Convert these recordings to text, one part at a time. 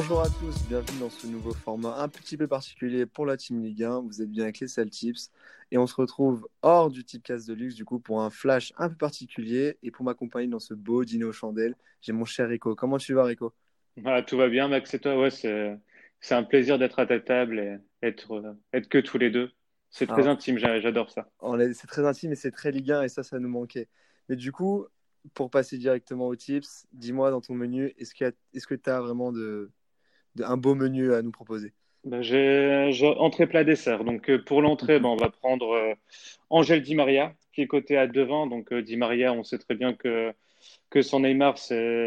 Bonjour à tous, bienvenue dans ce nouveau format un petit peu particulier pour la Team Ligue 1. Vous êtes bien avec les Celtips et on se retrouve hors du Tipcast de luxe du coup pour un flash un peu particulier et pour m'accompagner dans ce beau dîner aux chandelles, j'ai mon cher Rico. Comment tu vas Rico? Ah, tout va bien, Max, et toi? Ouais, c'est un plaisir d'être à ta table et être que tous les deux. C'est très Alors, intime, j'adore ça. c'est très intime et c'est très Ligue 1 et ça nous manquait. Mais du coup, pour passer directement aux tips, dis-moi dans ton menu, est-ce que tu as vraiment un beau menu à nous proposer? Ben, j'ai entrée plat dessert. Donc pour l'entrée, ben, on va prendre Angel Di Maria, qui est coté à 2,20. Donc Di Maria, on sait très bien que son Neymar,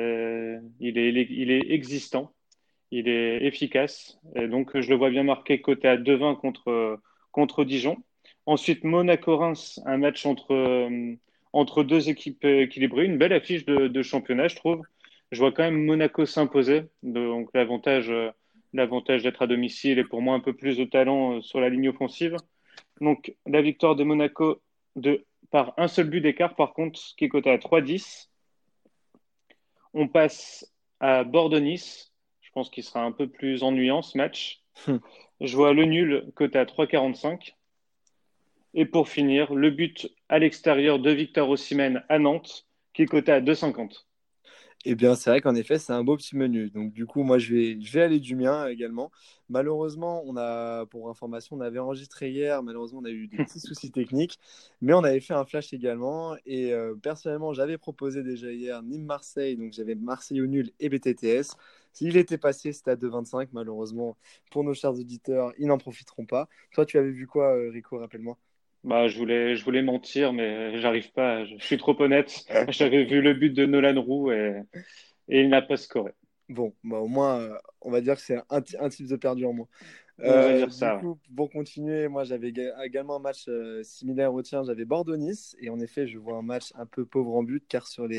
il est existant, il est efficace. Et donc je le vois bien marqué coté à 2,20 contre Dijon. Ensuite, Monaco-Reims, un match entre deux équipes équilibrées, une belle affiche de championnat, je trouve. Je vois quand même Monaco s'imposer, donc l'avantage d'être à domicile et pour moi un peu plus de talent sur la ligne offensive. Donc la victoire de Monaco par un seul but d'écart, par contre, qui est coté à 3,10. On passe à Bordeaux-Nice. Je pense qu'il sera un peu plus ennuyant ce match. Je vois le nul coté à 3,45. Et pour finir, le but à l'extérieur de Victor Osimhen à Nantes, qui est coté à 2,50. Eh bien, c'est vrai qu'en effet, c'est un beau petit menu. Donc, du coup, moi, je vais aller du mien également. Malheureusement, pour information, on avait enregistré hier. Malheureusement, on a eu des petits soucis techniques. Mais on avait fait un flash également. Et personnellement, j'avais proposé déjà hier Nîmes-Marseille. Donc, j'avais Marseille au nul et BTTS. S'il était passé, c'était à 2,25. Malheureusement, pour nos chers auditeurs, ils n'en profiteront pas. Toi, tu avais vu quoi, Rico? Rappelle-moi. Bah, je voulais mentir, mais j'arrive pas. Je suis trop honnête. J'avais vu le but de Nolan Roux et il n'a pas scoré. Bon, bah, au moins, on va dire que c'est un type de perdu en moins. On va dire Du ça. coup, pour continuer, moi j'avais également un match similaire au tien, j'avais Bordeaux-Nice, et en effet, je vois un match un peu pauvre en but, car sur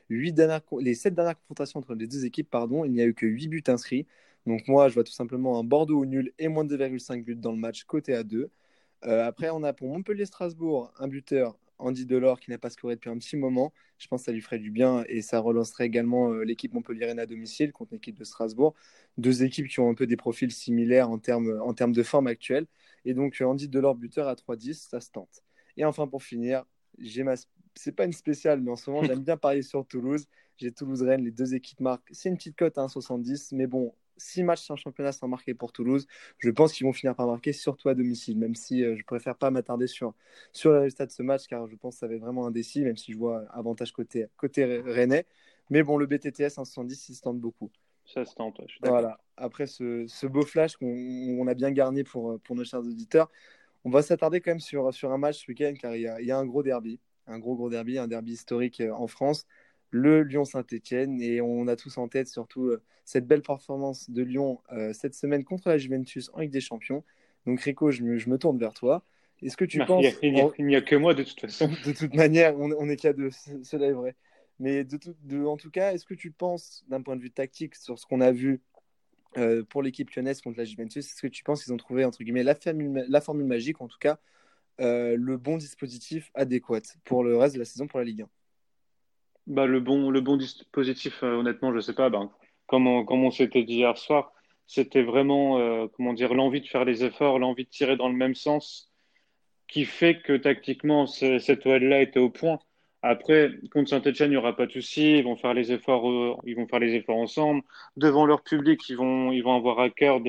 les 7 dernières confrontations entre les deux équipes, pardon, il n'y a eu que 8 buts inscrits. Donc moi, je vois tout simplement un Bordeaux au nul et moins de 2,5 buts dans le match, côté à 2. Après, on a pour Montpellier-Strasbourg un buteur, Andy Delors, qui n'a pas scoré depuis un petit moment. Je pense que ça lui ferait du bien et ça relancerait également l'équipe montpelliéraine à domicile contre l'équipe de Strasbourg. Deux équipes qui ont un peu des profils similaires en termes de forme actuelle. Et donc, Andy Delors, buteur à 3,10, ça se tente. Et enfin, pour finir, j'ai ma... c'est pas une spéciale, mais en ce moment, j'aime bien parier sur Toulouse. J'ai Toulouse-Rennes, les deux équipes marquent. C'est une petite cote à 1,70, mais bon, 6 matchs sur un championnat sans marquer pour Toulouse. Je pense qu'ils vont finir par marquer, surtout à domicile, même si je préfère pas m'attarder sur le résultat de ce match, car je pense que ça va être vraiment indécis, même si je vois avantage côté rennais. Mais bon, le BTTS 170, il se tente beaucoup. Ça se tente, ouais, je suis d'accord. Voilà, après ce beau flash qu'on a bien garni pour nos chers auditeurs, on va s'attarder quand même sur un match ce week-end, car il y a un gros derby, gros derby, un derby historique en France, le Lyon-Saint-Etienne, et on a tous en tête surtout cette belle performance de Lyon cette semaine contre la Juventus en Ligue des Champions. Donc Rico, je me tourne vers toi. Est-ce que tu Non, Il n'y a, penses, il n'y a- il n'y a que moi de toute façon. de toute manière, on est qu'à deux, cela est vrai, mais en tout cas, est-ce que tu penses, d'un point de vue tactique, sur ce qu'on a vu pour l'équipe lyonnaise contre la Juventus, est-ce que tu penses qu'ils ont trouvé, entre guillemets, la formule magique, en tout cas, le bon dispositif adéquat pour le reste de la saison pour la Ligue 1? Bah, le bon dispositif, honnêtement, je sais pas. Ben, comme on s'était dit hier soir, c'était vraiment, comment dire, l'envie de faire les efforts, l'envie de tirer dans le même sens, qui fait que tactiquement, cette OL-là était au point. Après, contre Saint-Etienne, il n'y aura pas de souci. Ils vont faire les efforts ensemble. Devant leur public, ils vont avoir à cœur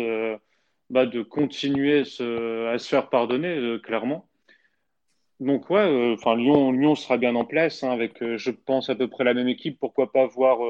de continuer à se faire pardonner, clairement. Donc ouais, enfin Lyon sera bien en place hein, avec, je pense à peu près la même équipe. Pourquoi pas voir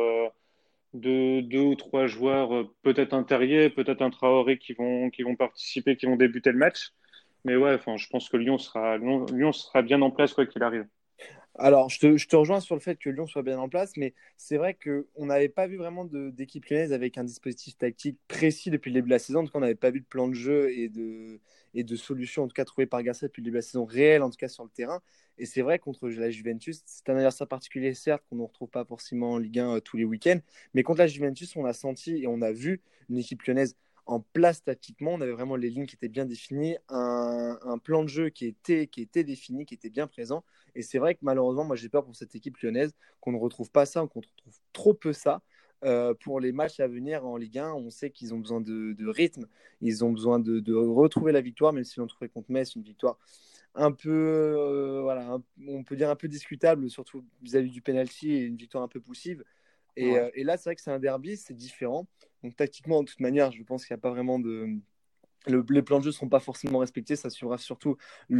deux ou trois joueurs, peut-être un Terrier, peut-être un Traoré qui vont participer, qui vont débuter le match. Mais ouais, enfin je pense que Lyon sera bien en place quoi qu'il arrive. Alors, je te rejoins sur le fait que Lyon soit bien en place, mais c'est vrai qu'on n'avait pas vu vraiment d'équipe lyonnaise avec un dispositif tactique précis depuis le début de la saison. En tout cas, on n'avait pas vu de plan de jeu et de solution, en tout cas, trouvé par Garcia depuis le début de la saison réelle, en tout cas sur le terrain. Et c'est vrai, contre la Juventus, c'est un adversaire particulier, certes, qu'on ne retrouve pas forcément en Ligue 1 tous les week-ends, mais contre la Juventus, on a senti et on a vu une équipe lyonnaise en place tactiquement. On avait vraiment les lignes qui étaient bien définies, un plan de jeu qui était défini, qui était bien présent. Et c'est vrai que malheureusement, moi j'ai peur pour cette équipe lyonnaise qu'on ne retrouve pas ça, qu'on retrouve trop peu ça. pour les matchs à venir en Ligue 1. On sait qu'ils ont besoin de rythme, ils ont besoin de retrouver la victoire, même si l'on trouvé contre Metz une victoire un peu, voilà, on peut dire un peu discutable, surtout vis-à-vis du penalty et une victoire un peu poussive. Ouais. Et là, c'est vrai que c'est un derby, c'est différent. Donc tactiquement, de toute manière, je pense qu'il n'y a pas vraiment les plans de jeu ne seront pas forcément respectés. Ça suivra surtout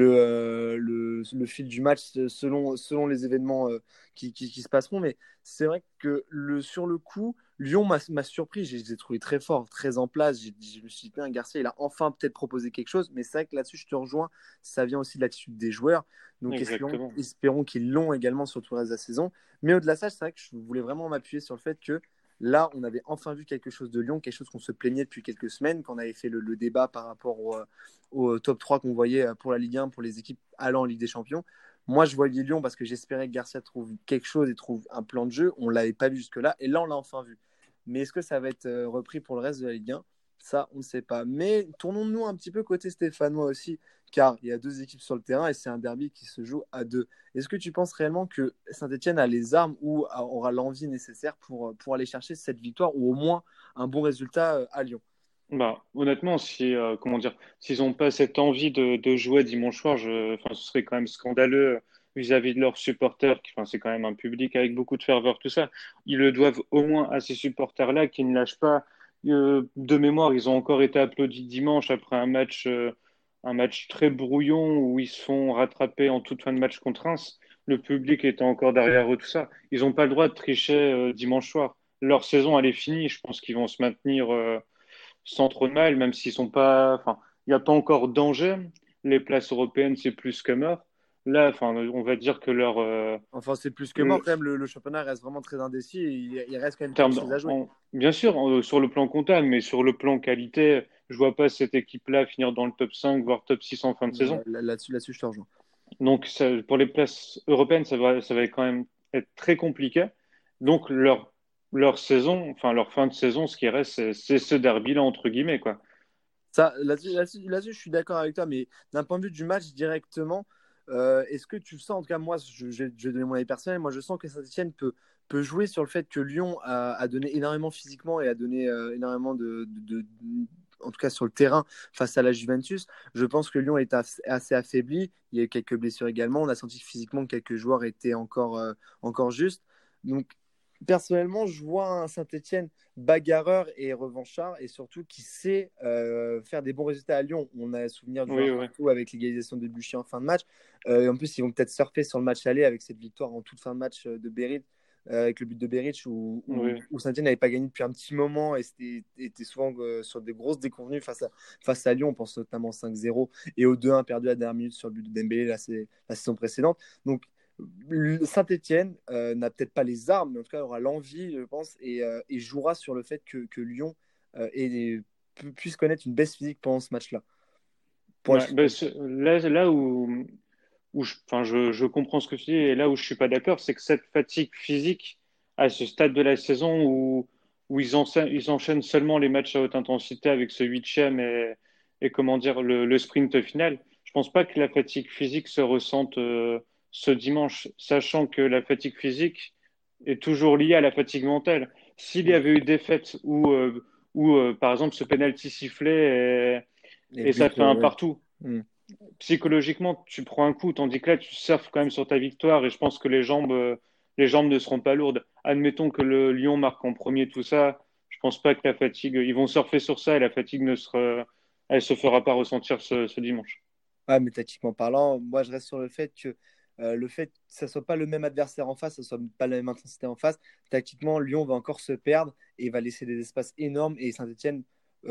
le fil du match selon les événements qui se passeront. Mais c'est vrai que sur le coup, Lyon m'a surpris. Je les ai trouvés très forts, très en place. Je me suis dit, un Garcia, il a enfin peut-être proposé quelque chose. Mais c'est vrai que là-dessus, je te rejoins. Ça vient aussi de l'attitude des joueurs. Donc Exactement. espérons qu'ils l'ont également sur tout le reste de la saison. Mais au-delà de ça, c'est vrai que je voulais vraiment m'appuyer sur le fait que là, on avait enfin vu quelque chose de Lyon, quelque chose qu'on se plaignait depuis quelques semaines, quand on avait fait le débat par rapport au top 3 qu'on voyait pour la Ligue 1, pour les équipes allant en Ligue des Champions. Moi, je voyais Lyon parce que j'espérais que Garcia trouve quelque chose et trouve un plan de jeu. On ne l'avait pas vu jusque-là, et là, on l'a enfin vu. Mais est-ce que ça va être repris pour le reste de la Ligue 1? Ça, on ne sait pas. Mais tournons-nous un petit peu côté stéphanois aussi, car il y a deux équipes sur le terrain et c'est un derby qui se joue à deux. Est-ce que tu penses réellement que Saint-Etienne a les armes ou aura l'envie nécessaire pour aller chercher cette victoire ou au moins un bon résultat à Lyon? Bah, honnêtement, si, comment dire, s'ils n'ont pas cette envie de jouer dimanche soir, enfin, ce serait quand même scandaleux vis-à-vis de leurs supporters. Enfin, c'est quand même un public avec beaucoup de ferveur, tout ça. Ils le doivent au moins à ces supporters-là qui ne lâchent pas. De mémoire, ils ont encore été applaudis dimanche après un match très brouillon où ils se font rattraper en toute fin de match contre Reims. Le public était encore derrière eux, tout ça. Ils n'ont pas le droit de tricher dimanche soir. Leur saison, elle est finie. Je pense qu'ils vont se maintenir. Sans trop de mal, même s'ils sont pas, enfin, il n'y a pas encore danger. Les places européennes, c'est plus que mort. Là, enfin, on va dire que Enfin, c'est plus que mort le quand même. Le championnat reste vraiment très indécis et il reste quand même quelque terme, chose à jouer. bien sûr, sur le plan comptable, mais sur le plan qualité, je vois pas cette équipe-là finir dans le top 5, voire top 6 en fin de saison. Là-dessus, je te rejoins. Donc, pour les places européennes, ça va quand même être très compliqué. Donc, leur saison, enfin, leur fin de saison, ce qui reste, c'est ce derby-là, entre guillemets, quoi. Ça, là-dessus, je suis d'accord avec toi, mais d'un point de vue du match directement, est-ce que tu sens, en tout cas, moi, je vais donner mon avis personnel, moi, je sens que Saint-Etienne peut jouer sur le fait que Lyon a donné énormément physiquement et a donné énormément en tout cas sur le terrain, face à la Juventus. Je pense que Lyon est assez affaibli. Il y a eu quelques blessures également. On a senti que physiquement, quelques joueurs étaient encore justes. Donc, personnellement, je vois un Saint-Etienne bagarreur et revanchard et surtout qui sait faire des bons résultats à Lyon. On a souvenir du 1 Oui, oui. partout avec l'égalisation de Buchy en fin de match. En plus, ils vont peut-être surfer sur le match aller avec cette victoire en toute fin de match de Berit, avec le but de Beric Oui. où Saint-Etienne n'avait pas gagné depuis un petit moment et était souvent sur des grosses déconvenues face à Lyon. On pense notamment 5-0 et au 2-1 perdu à la dernière minute sur le but de Dembélé la saison précédente. Donc, Saint-Etienne n'a peut-être pas les armes, mais en tout cas aura l'envie, je pense, et jouera sur le fait que Lyon puisse connaître une baisse physique pendant ce match-là. Pour Ouais, aller- ben, là où enfin, je comprends ce que tu dis, et là où je suis pas d'accord, c'est que cette fatigue physique à ce stade de la saison où ils enchaînent seulement les matchs à haute intensité avec ce huitième et comment dire le sprint final, je pense pas que la fatigue physique se ressente ce dimanche, sachant que la fatigue physique est toujours liée à la fatigue mentale. S'il y avait eu des fêtes où par exemple, ce penalty sifflé les et buts, ça fait un ouais. partout, Mm. psychologiquement, tu prends un coup, tandis que là, tu surfes quand même sur ta victoire et je pense que les jambes ne seront pas lourdes. Admettons que le Lyon marque en premier tout ça, je pense pas que la fatigue, ils vont surfer sur ça et la fatigue elle se fera pas ressentir ce dimanche. Ouais, mais tactiquement parlant, moi je reste sur le fait que ça soit pas le même adversaire en face, ça soit pas la même intensité en face. Tactiquement, Lyon va encore se perdre et va laisser des espaces énormes. Et Saint-Etienne,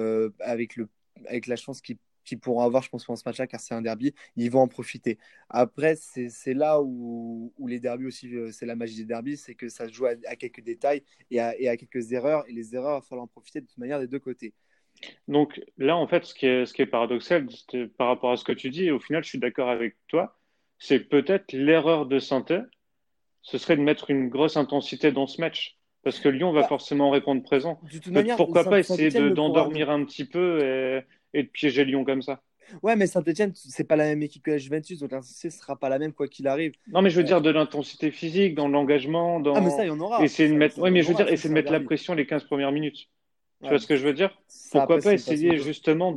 avec la chance qu'ils pourront avoir, je pense, pendant ce match-là, car c'est un derby, ils vont en profiter. Après, c'est là où les derbys aussi, c'est la magie des derbys, c'est que ça se joue à quelques détails et à quelques erreurs. Et les erreurs, il va falloir en profiter de toute manière des deux côtés. Donc là, en fait, ce qui est paradoxal par rapport à ce que tu dis, et au final, je suis d'accord avec toi, c'est peut-être l'erreur de Saint-Étienne, ce serait de mettre une grosse intensité dans ce match. Parce que Lyon va Bah, forcément répondre présent. de toute manière, Pourquoi pas essayer Saint-Etienne ne pourra. d'endormir un petit peu et de piéger Lyon comme ça? Ouais, mais Saint-Etienne, c'est pas la même équipe que la Juventus, donc l'intensité sera pas la même quoi qu'il arrive. Non, mais je veux Euh, dire de l'intensité physique, dans l'engagement, Ah, mais ça, dans il y en aura. essayer de mettre. Ça, il Ouais, y mais en je veux aura, dire sinon essayer c'est de un mettre la derby. pression les 15 premières minutes. Tu vois Ouais, ce que je veux dire? ça, Pourquoi après, pas c'est une façon de essayer jouer. justement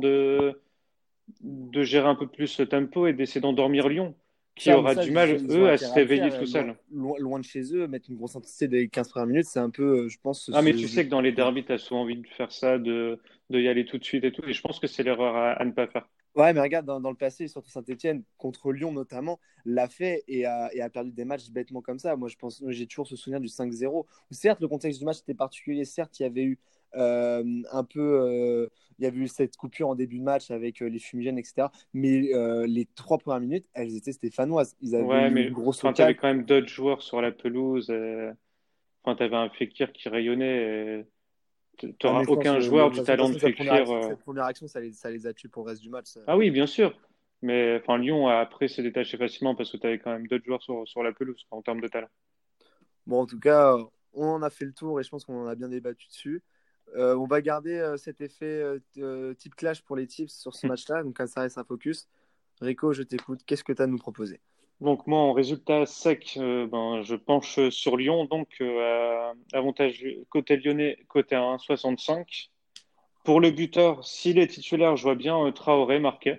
de gérer un peu plus le tempo et d'essayer d'endormir Lyon, qui Ça, mais aura ça, du mal, ils ont eux, à se intérêt à le réveiller faire tout seuls. loin de chez eux, mettre une grosse intensité dès les 15 premières minutes, c'est un peu, je pense, Ah, mais tu sais que dans les derbys, tu as souvent envie de faire ça, de y aller tout de suite et tout. Et je pense que c'est l'erreur à ne pas faire. Ouais, mais regarde, dans le passé, surtout Saint-Etienne, contre Lyon notamment, l'a fait et a perdu des matchs bêtement comme ça. Moi, je pense, j'ai toujours ce souvenir du 5-0. Où certes, le contexte du match était particulier. Certes, il y avait eu un peu, il y avait eu cette coupure en début de match avec les fumigènes, etc. Mais les 3 premières minutes, elles étaient stéphanoises. Ils avaient Ouais, eu une mais grosse enfin, tu avais occasion. quand même d'autres joueurs sur la pelouse. Enfin, tu avais un Fekir qui rayonnait. Tu Ah, n'auras mais je pense que aucun joueur du de toute talent de façon, Fekir. cette première action, ça les a tués pour le reste du match. Ça. Ah oui, bien sûr. Mais enfin, Lyon a après s'est détaché facilement parce que tu avais quand même d'autres joueurs sur la pelouse en termes de talent. Bon, en tout cas, on en a fait le tour et je pense qu'on en a bien débattu dessus. On va garder cet effet type clash pour les tips sur ce match-là, donc ça reste un focus. Rico, je t'écoute. Qu'est-ce que tu as à nous proposer? Donc moi, en résultat sec, je penche sur Lyon, donc avantage côté lyonnais, côté 1,65. Pour le buteur, s'il est titulaire, je vois bien Traoré marqué.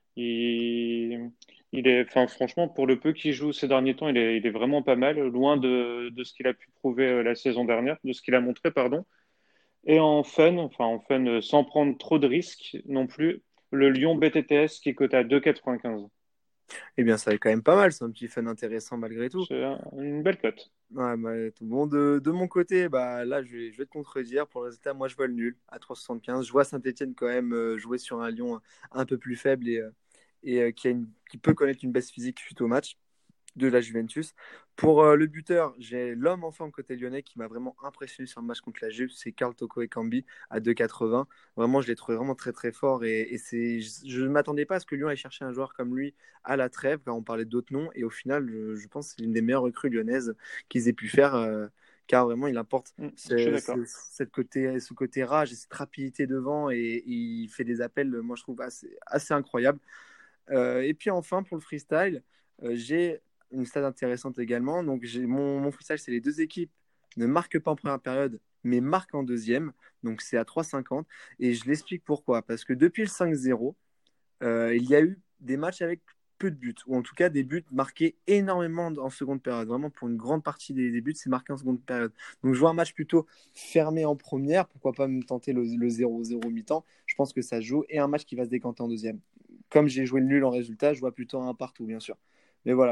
Il, il est, enfin, franchement, pour le peu qu'il joue ces derniers temps, il est vraiment pas mal, loin de ce qu'il a pu prouver la saison dernière, de ce qu'il a montré, pardon. Et en fun, sans prendre trop de risques non plus, le Lyon BTTS qui est coté à 2,95. Eh bien, ça va quand même pas mal. C'est un petit fun intéressant malgré tout. C'est une belle cote. Ouais, bah, tout bon. De mon côté, bah, là, je vais te contredire. Pour le résultat, moi, je vois le nul à 3,75. Je vois Saint-Etienne quand même jouer sur un Lyon un peu plus faible et qui peut connaître une baisse physique suite au match de la Juventus. Pour le buteur, j'ai l'homme en forme côté lyonnais qui m'a vraiment impressionné sur le match contre la Juve, c'est Karl Toko Ekambi à 2,80. Vraiment, je l'ai trouvé vraiment très très fort et je ne m'attendais pas à ce que Lyon aille chercher un joueur comme lui à la trêve, car on parlait d'autres noms et au final, je pense que c'est l'une des meilleures recrues lyonnaises qu'ils aient pu faire. Car vraiment, il apporte Je suis d'accord. ce côté rage et cette rapidité devant et il fait des appels, moi je trouve assez incroyables. Et puis enfin, pour le freestyle, j'ai une stat intéressante également. Donc, mon freestyle, c'est les deux équipes ne marquent pas en première période, mais marquent en deuxième. Donc, c'est à 3,50. Et je l'explique pourquoi. Parce que depuis le 5-0, il y a eu des matchs avec peu de buts, ou en tout cas des buts marqués énormément en seconde période. Vraiment, pour une grande partie des buts, c'est marqué en seconde période. Donc, je vois un match plutôt fermé en première. Pourquoi pas me tenter le 0-0 mi-temps? Je pense que ça se joue. Et un match qui va se décanter en deuxième. Comme j'ai joué le nul en résultat, je vois plutôt un partout, bien sûr. Mais voilà,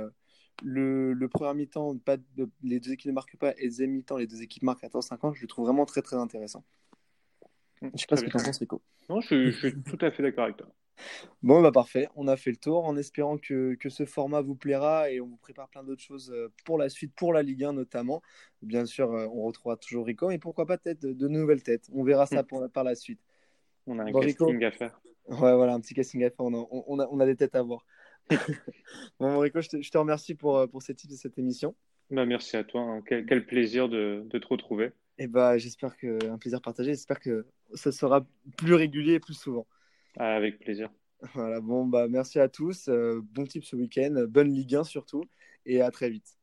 le premier mi-temps, les deux équipes ne marquent pas, et le deuxième mi-temps, les deux équipes marquent à 3,50. Je le trouve vraiment très, très intéressant. Je sais pas Très ce que bien. tu en penses, Rico. Non, je suis tout à fait d'accord avec toi. Bon, bah parfait, on a fait le tour en espérant que ce format vous plaira et on vous prépare plein d'autres choses pour la suite, pour la Ligue 1 notamment. Bien sûr, on retrouvera toujours Rico et pourquoi pas peut-être de nouvelles têtes. On verra ça par la suite. On a un Bon, Rico, casting à faire. ouais, voilà, un petit casting à faire, on a des têtes à voir. Bon, Rico, je te remercie pour cette, cette émission. Bah, merci à toi, hein. Quel plaisir de te retrouver. Et bah, j'espère que un plaisir partagé. J'espère que ça sera plus régulier et plus souvent. Ah, avec plaisir. Voilà, bon, bah, merci à tous. Bon type ce week-end. Bonne Ligue 1 surtout. Et à très vite.